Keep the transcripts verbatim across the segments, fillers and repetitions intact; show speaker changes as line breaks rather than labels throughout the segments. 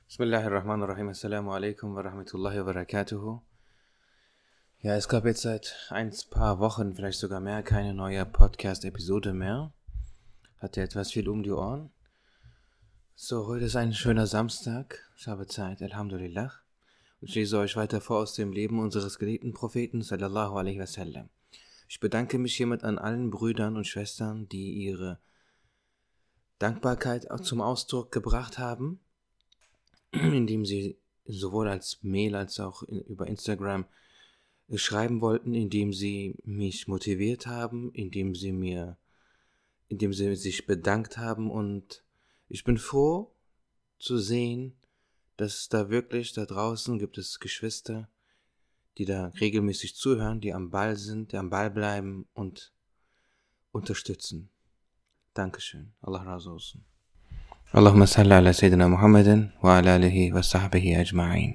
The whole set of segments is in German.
Bismillahirrahmanirrahim. Assalamu alaikum wa rahmatullahi wa barakatuhu. Ja, es gab jetzt seit ein paar Wochen, vielleicht sogar mehr, keine neue Podcast-Episode mehr. Hatte etwas viel um die Ohren. So, heute ist ein schöner Samstag. Ich habe Zeit, Alhamdulillah. Und ich lese euch weiter vor aus dem Leben unseres geliebten Propheten, sallallahu alaihi wasallam. Ich bedanke mich hiermit an allen Brüdern und Schwestern, die ihre Dankbarkeit auch zum Ausdruck gebracht haben, indem sie sowohl als Mail als auch in, über Instagram schreiben wollten, indem sie mich motiviert haben, indem sie mir, indem sie sich bedankt haben, und ich bin froh zu sehen, dass da wirklich da draußen gibt es Geschwister, die da regelmäßig zuhören, die am Ball sind, die am Ball bleiben und unterstützen. Dankeschön. Allah razausen. Allahumma salli ala Sayyidina Muhammadin wa ala alihi wa sahbihi ajma'in.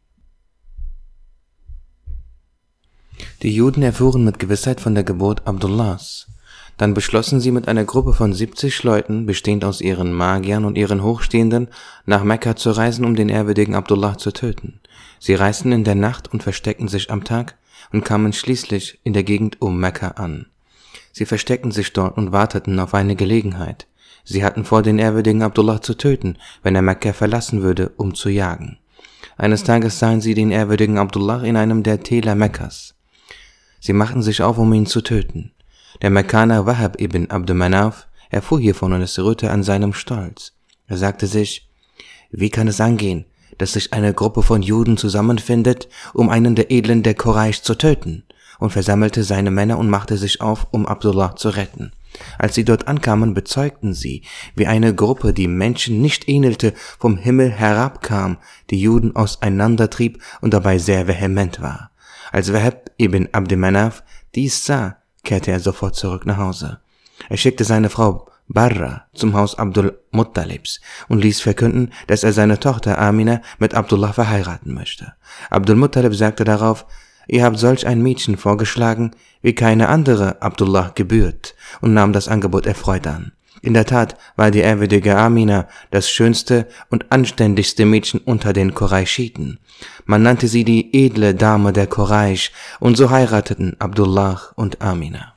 Die Juden erfuhren mit Gewissheit von der Geburt Abdullahs. Dann beschlossen sie mit einer Gruppe von siebzig Leuten, bestehend aus ihren Magiern und ihren Hochstehenden, nach Mekka zu reisen, um den ehrwürdigen Abdullah zu töten. Sie reisten in der Nacht und versteckten sich am Tag und kamen schließlich in der Gegend um Mekka an. Sie versteckten sich dort und warteten auf eine Gelegenheit. Sie hatten vor, den ehrwürdigen Abdullah zu töten, wenn er Mekka verlassen würde, um zu jagen. Eines Tages sahen sie den ehrwürdigen Abdullah in einem der Täler Mekkas. Sie machten sich auf, um ihn zu töten. Der Mekkaner Wahab ibn Abd Manaf erfuhr hiervon und es rührte an seinem Stolz. Er sagte sich: Wie kann es angehen, dass sich eine Gruppe von Juden zusammenfindet, um einen der Edlen der Quraysh zu töten? Und versammelte seine Männer und machte sich auf, um Abdullah zu retten. Als sie dort ankamen, bezeugten sie, wie eine Gruppe, die Menschen nicht ähnelte, vom Himmel herabkam, die Juden auseinandertrieb und dabei sehr vehement war. Als Wahab ibn Abd Manaf dies sah, kehrte er sofort zurück nach Hause. Er schickte seine Frau Barra zum Haus Abdul Muttalibs und ließ verkünden, dass er seine Tochter Amina mit Abdullah verheiraten möchte. Abdul Muttalib sagte darauf: Ihr habt solch ein Mädchen vorgeschlagen, wie keine andere Abdullah gebührt, und nahm das Angebot erfreut an. In der Tat war die ehrwürdige Amina das schönste und anständigste Mädchen unter den Qurayshiten. Man nannte sie die edle Dame der Quraysh, und so heirateten Abdullah und Amina.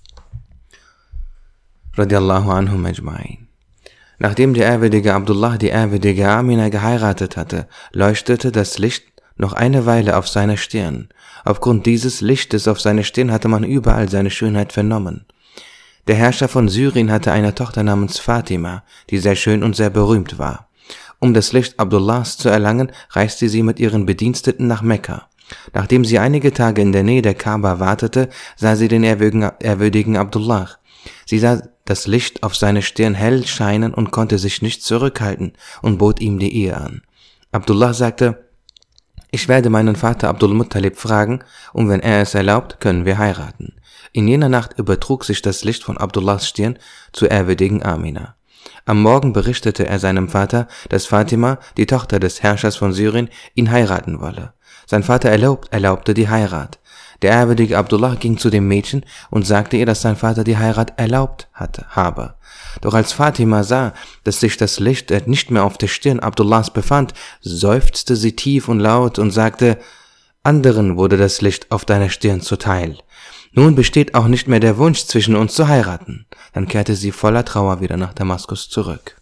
Radiallahu anhum ajma'in. Nachdem der ehrwürdige Abdullah die ehrwürdige Amina geheiratet hatte, leuchtete das Licht noch eine Weile auf seiner Stirn. Aufgrund dieses Lichtes auf seiner Stirn hatte man überall seine Schönheit vernommen. Der Herrscher von Syrien hatte eine Tochter namens Fatima, die sehr schön und sehr berühmt war. Um das Licht Abdullahs zu erlangen, reiste sie mit ihren Bediensteten nach Mekka. Nachdem sie einige Tage in der Nähe der Kaaba wartete, sah sie den ehrwürdigen Abdullah. Sie sah das Licht auf seine Stirn hell scheinen und konnte sich nicht zurückhalten und bot ihm die Ehe an. Abdullah sagte: Ich werde meinen Vater Abdul Muttalib fragen, und wenn er es erlaubt, können wir heiraten. In jener Nacht übertrug sich das Licht von Abdullahs Stirn zur ehrwürdigen Amina. Am Morgen berichtete er seinem Vater, dass Fatima, die Tochter des Herrschers von Syrien, ihn heiraten wolle. Sein Vater erlaubt, erlaubte die Heirat. Der ehrwürdige Abdullah ging zu dem Mädchen und sagte ihr, dass sein Vater die Heirat erlaubt hatte, habe. Doch als Fatima sah, dass sich das Licht nicht mehr auf der Stirn Abdullahs befand, seufzte sie tief und laut und sagte: Anderen wurde das Licht auf deiner Stirn zuteil. Nun besteht auch nicht mehr der Wunsch, zwischen uns zu heiraten. Dann kehrte sie voller Trauer wieder nach Damaskus zurück.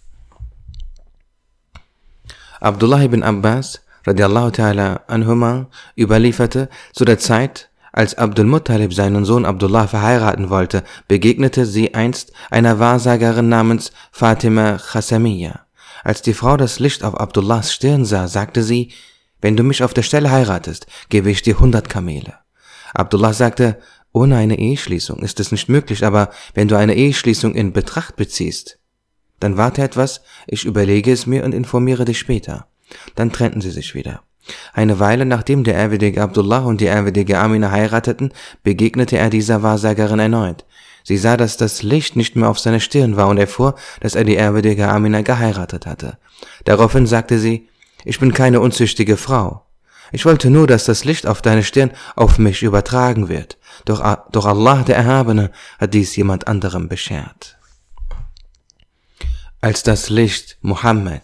Abdullah ibn Abbas radiallahu ta'ala anhuma überlieferte: Zu der Zeit, als Abdul Muttalib seinen Sohn Abdullah verheiraten wollte, begegnete sie einst einer Wahrsagerin namens Fatima Khassamiyya. Als die Frau das Licht auf Abdullahs Stirn sah, sagte sie: Wenn du mich auf der Stelle heiratest, gebe ich dir hundert Kamele. Abdullah sagte: Ohne eine Eheschließung ist es nicht möglich, aber wenn du eine Eheschließung in Betracht beziehst, dann warte etwas, ich überlege es mir und informiere dich später. Dann trennten sie sich wieder. Eine Weile nachdem der ehrwürdige Abdullah und die ehrwürdige Amina heirateten, begegnete er dieser Wahrsagerin erneut. Sie sah, dass das Licht nicht mehr auf seiner Stirn war und erfuhr, dass er die ehrwürdige Amina geheiratet hatte. Daraufhin sagte sie: Ich bin keine unzüchtige Frau. Ich wollte nur, dass das Licht auf deine Stirn auf mich übertragen wird. Doch, doch Allah, der Erhabene, hat dies jemand anderem beschert. Als das Licht Muhammeds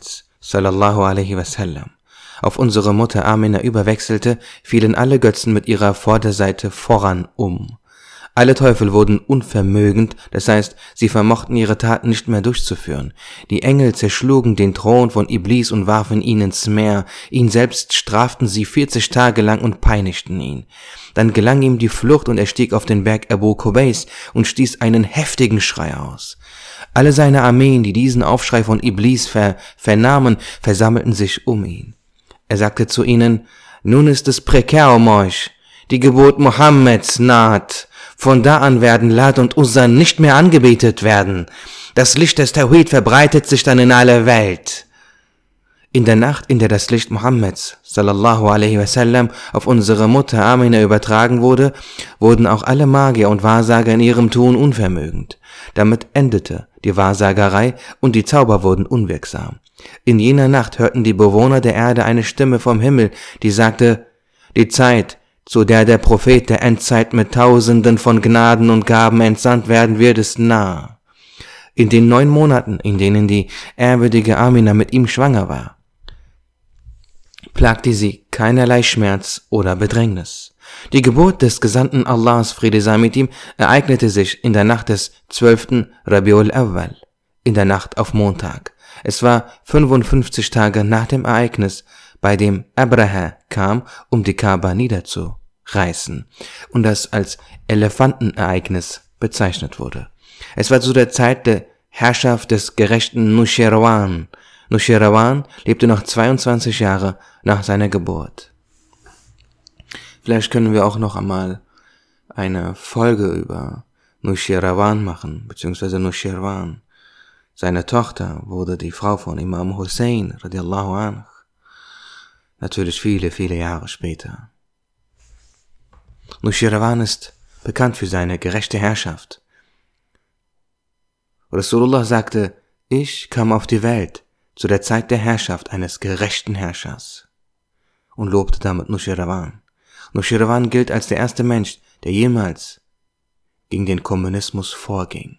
sallallahu alaihi wasallam auf unsere Mutter Amina überwechselte, fielen alle Götzen mit ihrer Vorderseite voran um. Alle Teufel wurden unvermögend, das heißt, sie vermochten ihre Taten nicht mehr durchzuführen. Die Engel zerschlugen den Thron von Iblis und warfen ihn ins Meer, ihn selbst straften sie vierzig Tage lang und peinigten ihn. Dann gelang ihm die Flucht und er stieg auf den Berg Abu Qubais und stieß einen heftigen Schrei aus. Alle seine Armeen, die diesen Aufschrei von Iblis ver vernahmen, versammelten sich um ihn. Er sagte zu ihnen: Nun ist es prekär um euch, die Geburt Mohammeds naht. Von da an werden Lat und Uzza nicht mehr angebetet werden. Das Licht des Tawhid verbreitet sich dann in alle Welt. In der Nacht, in der das Licht Mohammeds, sallallahu alaihi wasallam, auf unsere Mutter Amina übertragen wurde, wurden auch alle Magier und Wahrsager in ihrem Tun unvermögend. Damit endete die Wahrsagerei und die Zauber wurden unwirksam. In jener Nacht hörten die Bewohner der Erde eine Stimme vom Himmel, die sagte: Die Zeit, zu der der Prophet der Endzeit mit Tausenden von Gnaden und Gaben entsandt werden wird, ist nah. In den neun Monaten, in denen die ehrwürdige Amina mit ihm schwanger war, plagte sie keinerlei Schmerz oder Bedrängnis. Die Geburt des Gesandten Allahs, Friede sei mit ihm, ereignete sich in der Nacht des zwölften Rabiul Awwal, in der Nacht auf Montag. Es war fünfundfünfzig Tage nach dem Ereignis, bei dem Abraha kam, um die Kaaba niederzureißen und das als Elefantenereignis bezeichnet wurde. Es war zu der Zeit der Herrschaft des gerechten Nushirwan. Nushirwan lebte noch zweiundzwanzig Jahre nach seiner Geburt. Vielleicht können wir auch noch einmal eine Folge über Nushirwan machen, beziehungsweise Nushirwan. Seine Tochter wurde die Frau von Imam Hussein, radiallahu anhu. Natürlich viele, viele Jahre später. Nushirwan ist bekannt für seine gerechte Herrschaft. Rasulullah sagte: Ich kam auf die Welt zu der Zeit der Herrschaft eines gerechten Herrschers und lobte damit Nushirwan. Nushirwan gilt als der erste Mensch, der jemals gegen den Kommunismus vorging.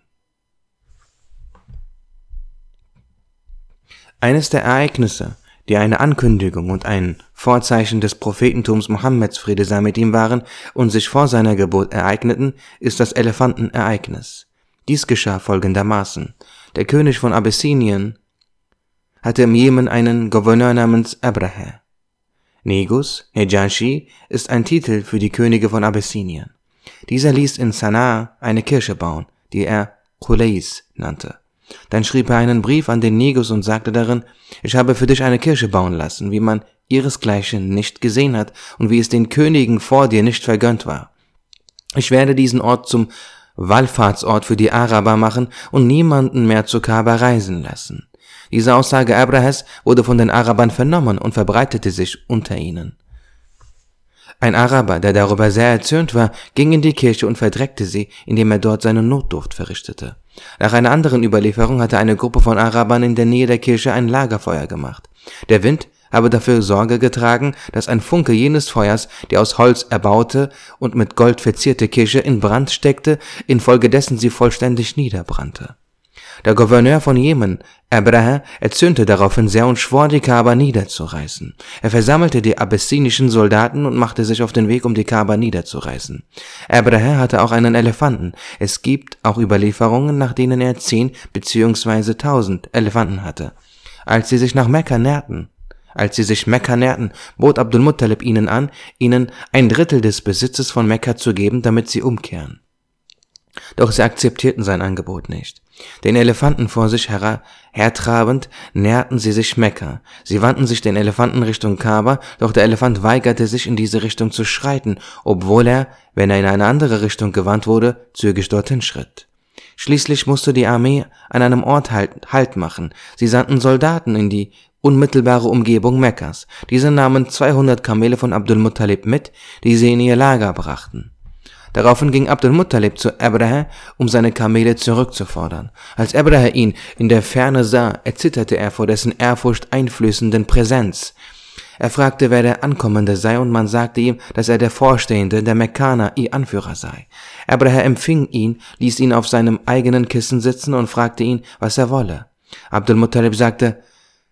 Eines der Ereignisse, die eine Ankündigung und ein Vorzeichen des Prophetentums Mohammeds, Friede sei mit ihm, waren und sich vor seiner Geburt ereigneten, ist das Elefantenereignis. Dies geschah folgendermaßen: Der König von Abessinien hatte im Jemen einen Gouverneur namens Abraha. Negus, Nejashi, ist ein Titel für die Könige von Abessinien. Dieser ließ in Sanaa eine Kirche bauen, die er Qulais nannte. Dann schrieb er einen Brief an den Negus und sagte darin: Ich habe für dich eine Kirche bauen lassen, wie man ihresgleichen nicht gesehen hat und wie es den Königen vor dir nicht vergönnt war. Ich werde diesen Ort zum Wallfahrtsort für die Araber machen und niemanden mehr zur Kaaba reisen lassen. Diese Aussage Abrahas wurde von den Arabern vernommen und verbreitete sich unter ihnen. Ein Araber, der darüber sehr erzürnt war, ging in die Kirche und verdreckte sie, indem er dort seine Notdurft verrichtete. Nach einer anderen Überlieferung hatte eine Gruppe von Arabern in der Nähe der Kirche ein Lagerfeuer gemacht. Der Wind habe dafür Sorge getragen, dass ein Funke jenes Feuers die aus Holz erbaute und mit Gold verzierte Kirche in Brand steckte, infolgedessen sie vollständig niederbrannte. Der Gouverneur von Jemen, Abraha, erzürnte daraufhin sehr und schwor, die Kaaba niederzureißen. Er versammelte die abessinischen Soldaten und machte sich auf den Weg, um die Kaaba niederzureißen. Abraha hatte auch einen Elefanten. Es gibt auch Überlieferungen, nach denen er zehn bzw. tausend Elefanten hatte. Als sie sich nach Mekka näherten, Als sie sich Mekka näherten, bot Abdul Muttalib ihnen an, ihnen ein Drittel des Besitzes von Mekka zu geben, damit sie umkehren. Doch sie akzeptierten sein Angebot nicht. Den Elefanten vor sich her hertrabend näherten sie sich Mekka. Sie wandten sich den Elefanten Richtung Kaaba, doch der Elefant weigerte sich, in diese Richtung zu schreiten, obwohl er, wenn er in eine andere Richtung gewandt wurde, zügig dorthin schritt. Schließlich musste die Armee an einem Ort halt, Halt machen. Sie sandten Soldaten in die unmittelbare Umgebung Mekkas. Diese nahmen zweihundert Kamele von Abdul Muttalib mit, die sie in ihr Lager brachten. Daraufhin ging Abdul Muttalib zu Abraha, um seine Kamele zurückzufordern. Als Abraha ihn in der Ferne sah, erzitterte er vor dessen ehrfurchteinflößenden Präsenz. Er fragte, wer der Ankommende sei, und man sagte ihm, dass er der Vorstehende der Mekkaner, ihr Anführer sei. Abraha empfing ihn, ließ ihn auf seinem eigenen Kissen sitzen und fragte ihn, was er wolle. Abdul Muttalib sagte: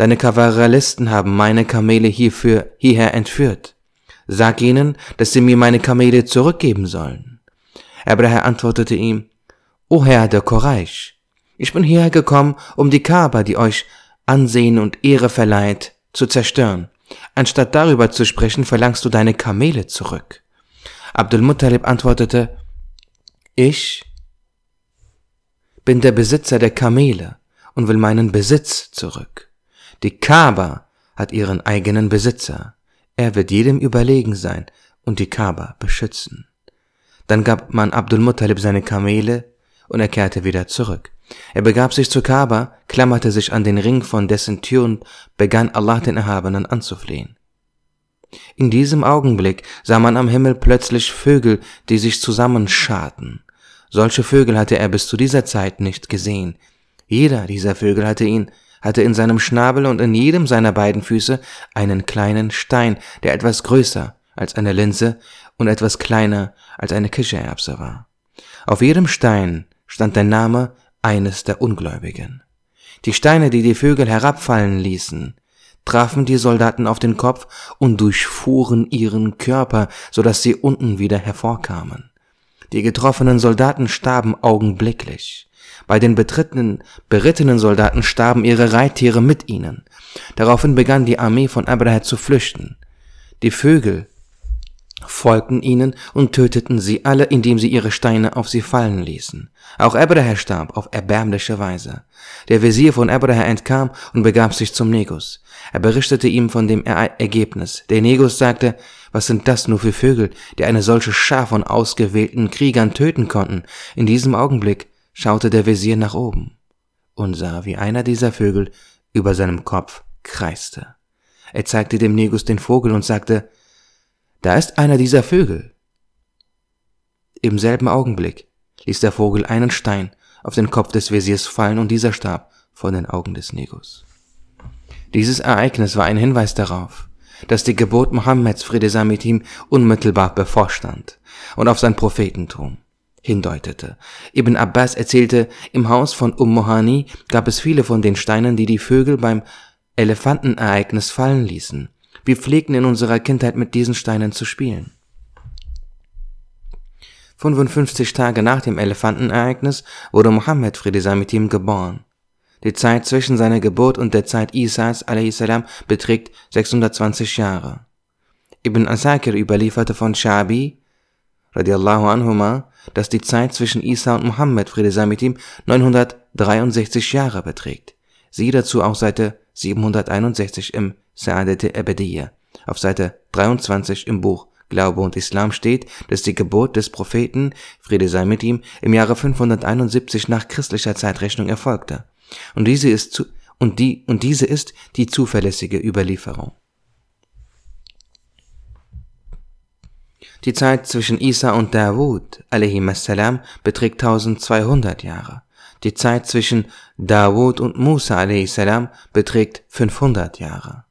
Deine Kavalleristen haben meine Kamele hierfür, hierher entführt. Sag ihnen, dass sie mir meine Kamele zurückgeben sollen. Abraha antwortete ihm, O Herr der Quraysh, ich bin hierher gekommen, um die Kaaba, die euch Ansehen und Ehre verleiht, zu zerstören. Anstatt darüber zu sprechen, verlangst du deine Kamele zurück. Abdul Muttalib antwortete, ich bin der Besitzer der Kamele und will meinen Besitz zurück. Die Kaaba hat ihren eigenen Besitzer. Er wird jedem überlegen sein und die Kaaba beschützen. Dann gab man Abdul Muttalib seine Kamele und er kehrte wieder zurück. Er begab sich zur Kaaba, klammerte sich an den Ring von dessen Tür und begann Allah den Erhabenen anzuflehen. In diesem Augenblick sah man am Himmel plötzlich Vögel, die sich zusammenscharten. Solche Vögel hatte er bis zu dieser Zeit nicht gesehen. Jeder dieser Vögel hatte ihn, hatte in seinem Schnabel und in jedem seiner beiden Füße einen kleinen Stein, der etwas größer als eine Linse und etwas kleiner als eine Kichererbse war. Auf jedem Stein stand der Name eines der Ungläubigen. Die Steine, die die Vögel herabfallen ließen, trafen die Soldaten auf den Kopf und durchfuhren ihren Körper, so dass sie unten wieder hervorkamen. Die getroffenen Soldaten starben augenblicklich. Bei den betrittenen, berittenen Soldaten starben ihre Reittiere mit ihnen. Daraufhin begann die Armee von Abraha zu flüchten. Die Vögel folgten ihnen und töteten sie alle, indem sie ihre Steine auf sie fallen ließen. Auch Abraha starb auf erbärmliche Weise. Der Wesir von Abraha entkam und begab sich zum Negus. Er berichtete ihm von dem er Ergebnis. Der Negus sagte, was sind das nur für Vögel, die eine solche Schar von ausgewählten Kriegern töten konnten? In diesem Augenblick schaute der Wesir nach oben und sah, wie einer dieser Vögel über seinem Kopf kreiste. Er zeigte dem Negus den Vogel und sagte, da ist einer dieser Vögel. Im selben Augenblick ließ der Vogel einen Stein auf den Kopf des Wesirs fallen und dieser starb vor den Augen des Negus. Dieses Ereignis war ein Hinweis darauf, dass die Geburt Mohammeds, Friede sei mit ihm, unmittelbar bevorstand und auf sein Prophetentum hindeutete. Ibn Abbas erzählte, im Haus von Ummu Hani gab es viele von den Steinen, die die Vögel beim Elefantenereignis fallen ließen. Wir pflegten in unserer Kindheit mit diesen Steinen zu spielen. fünfundfünfzig Tage nach dem Elefantenereignis wurde Mohammed, Friede sei mit ihm, geboren. Die Zeit zwischen seiner Geburt und der Zeit Isas a.s. beträgt sechshundertzwanzig Jahre. Ibn Asakir überlieferte von Sha'bi, radiallahu anhuma, dass die Zeit zwischen Isa und Mohammed, Friede sei mit ihm, neunhundertdreiundsechzig Jahre beträgt. Siehe dazu auf Seite siebenhunderteinundsechzig im Sa'adat Abadiyya. Auf Seite dreiundzwanzig im Buch Glaube und Islam steht, dass die Geburt des Propheten, Friede sei mit ihm, im Jahre fünfhunderteinundsiebzig nach christlicher Zeitrechnung erfolgte. Und diese ist zu, und die, und diese ist die zuverlässige Überlieferung. Die Zeit zwischen Isa und Dawud a.s. beträgt eintausendzweihundert Jahre. Die Zeit zwischen Dawud und Musa a.s. beträgt fünfhundert Jahre.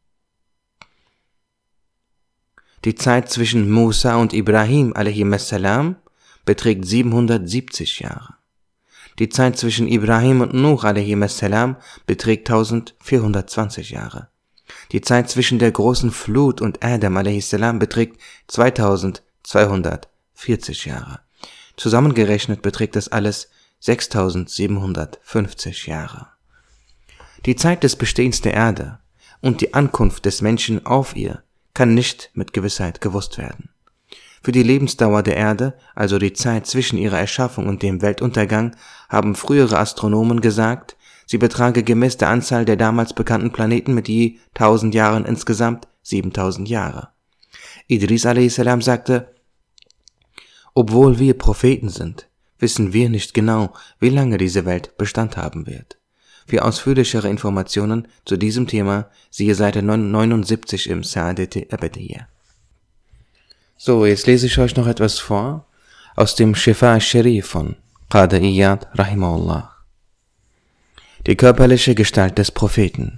Die Zeit zwischen Musa und Ibrahim a.s. beträgt siebenhundertsiebzig Jahre. Die Zeit zwischen Ibrahim und Nuh a.s. beträgt eintausendvierhundertzwanzig Jahre. Die Zeit zwischen der großen Flut und Adam a.s. beträgt zweitausendzweihundertvierzig Jahre. Zusammengerechnet beträgt das alles sechstausendsiebenhundertfünfzig Jahre. Die Zeit des Bestehens der Erde und die Ankunft des Menschen auf ihr kann nicht mit Gewissheit gewusst werden. Für die Lebensdauer der Erde, also die Zeit zwischen ihrer Erschaffung und dem Weltuntergang, haben frühere Astronomen gesagt, sie betrage gemäß der Anzahl der damals bekannten Planeten mit je tausend Jahren insgesamt siebentausend Jahre. Idris a.s. sagte, obwohl wir Propheten sind, wissen wir nicht genau, wie lange diese Welt Bestand haben wird. Für ausführlichere Informationen zu diesem Thema siehe Seite neunundsiebzig im Sa'adat Abadiyya. So, jetzt lese ich euch noch etwas vor aus dem Shifa al-Sharif von Qadi Iyad rahimahullah. Die körperliche Gestalt des Propheten.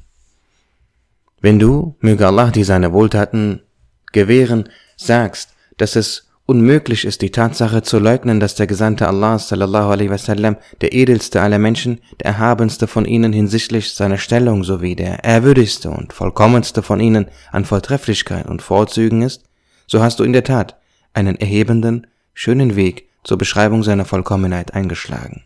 Wenn du, möge Allah dir seine Wohltaten gewähren, sagst, dass es Unmöglich ist die Tatsache zu leugnen, dass der Gesandte Allah sallallahu alaihi wasallam der edelste aller Menschen, der erhabenste von ihnen hinsichtlich seiner Stellung sowie der ehrwürdigste und vollkommenste von ihnen an Vortrefflichkeit und Vorzügen ist, so hast du in der Tat einen erhebenden, schönen Weg zur Beschreibung seiner Vollkommenheit eingeschlagen.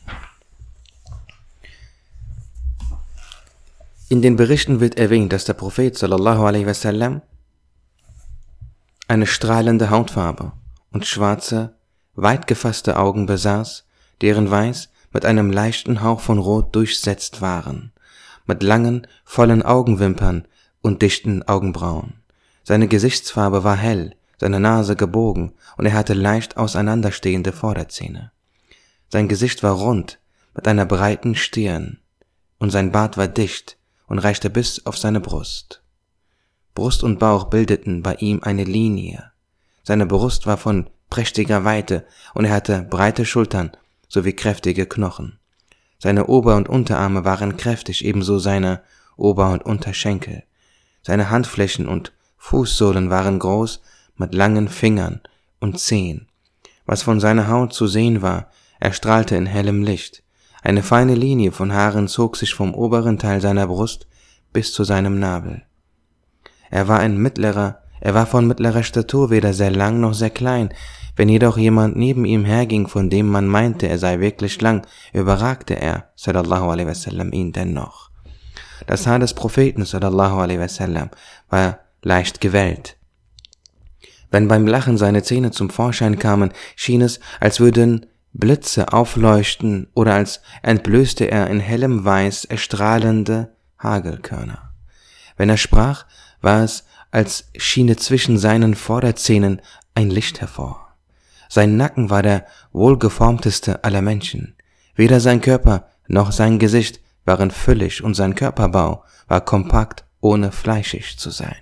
In den Berichten wird erwähnt, dass der Prophet sallallahu alaihi wasallam eine strahlende Hautfarbe und schwarze, weit gefasste Augen besaß, deren Weiß mit einem leichten Hauch von Rot durchsetzt waren, mit langen, vollen Augenwimpern und dichten Augenbrauen. Seine Gesichtsfarbe war hell, seine Nase gebogen und er hatte leicht auseinanderstehende Vorderzähne. Sein Gesicht war rund, mit einer breiten Stirn, und sein Bart war dicht und reichte bis auf seine Brust. Brust und Bauch bildeten bei ihm eine Linie. Seine Brust war von prächtiger Weite und er hatte breite Schultern sowie kräftige Knochen. Seine Ober- und Unterarme waren kräftig, ebenso seine Ober- und Unterschenkel. Seine Handflächen und Fußsohlen waren groß, mit langen Fingern und Zehen. Was von seiner Haut zu sehen war, erstrahlte in hellem Licht. Eine feine Linie von Haaren zog sich vom oberen Teil seiner Brust bis zu seinem Nabel. Er war ein mittlerer, er war von mittlerer Statur, weder sehr lang noch sehr klein. Wenn jedoch jemand neben ihm herging, von dem man meinte, er sei wirklich lang, überragte er, sallallahu alaihi wasallam, ihn dennoch. Das Haar des Propheten, sallallahu alaihi wasallam, war leicht gewellt. Wenn beim Lachen seine Zähne zum Vorschein kamen, schien es, als würden Blitze aufleuchten oder als entblößte er in hellem Weiß erstrahlende Hagelkörner. Wenn er sprach, war es, als schiene zwischen seinen Vorderzähnen ein Licht hervor. Sein Nacken war der wohlgeformteste aller Menschen. Weder sein Körper noch sein Gesicht waren füllig und sein Körperbau war kompakt, ohne fleischig zu sein.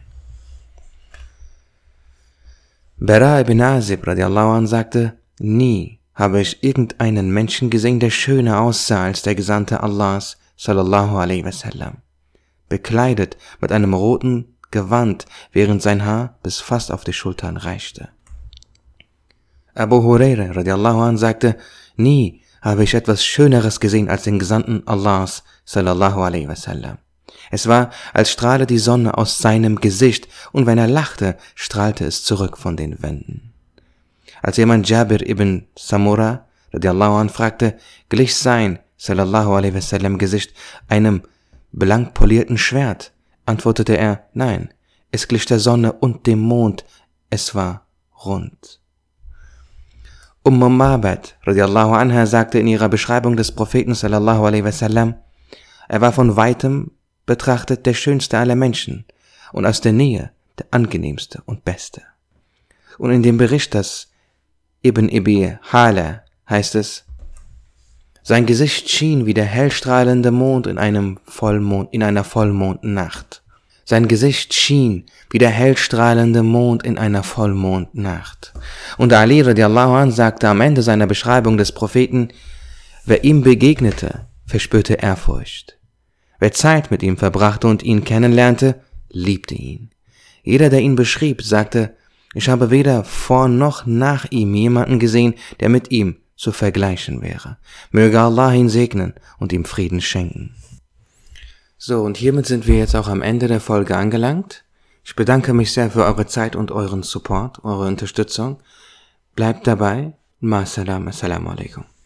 Bara ibn Azib radiallahu anh sagte, nie habe ich irgendeinen Menschen gesehen, der schöner aussah als der Gesandte Allahs, sallallahu alaihi wasallam, bekleidet mit einem roten Gewand, während sein Haar bis fast auf die Schultern reichte. Abu Huraira radiallahu anh sagte, nie habe ich etwas Schöneres gesehen als den Gesandten Allahs, sallallahu alaihi wasallam. Es war, als strahle die Sonne aus seinem Gesicht, und wenn er lachte, strahlte es zurück von den Wänden. Als jemand Jabir ibn Samura radiallahu anh fragte, glich sein, sallallahu alaihi wasallam, Gesicht einem blank polierten Schwert, antwortete er, nein, es glich der Sonne und dem Mond, es war rund. Umm Ma'bad radiallahu anha sagte in ihrer Beschreibung des Propheten sallallahu alaihi wasallam, er war von weitem betrachtet der schönste aller Menschen und aus der Nähe der angenehmste und beste. Und in dem Bericht, das Ibn Abi Hala heißt es, sein Gesicht schien wie der hellstrahlende Mond in einem Vollmond, in einer Vollmondnacht. Sein Gesicht schien wie der hellstrahlende Mond in einer Vollmondnacht. Und Ali radiallahu anh sagte am Ende seiner Beschreibung des Propheten, wer ihm begegnete, verspürte Ehrfurcht. Wer Zeit mit ihm verbrachte und ihn kennenlernte, liebte ihn. Jeder, der ihn beschrieb, sagte, ich habe weder vor noch nach ihm jemanden gesehen, der mit ihm zu vergleichen wäre. Möge Allah ihn segnen und ihm Frieden schenken. So, und hiermit sind wir jetzt auch am Ende der Folge angelangt. Ich bedanke mich sehr für eure Zeit und euren Support, eure Unterstützung. Bleibt dabei. Ma salam, assalamu alaikum.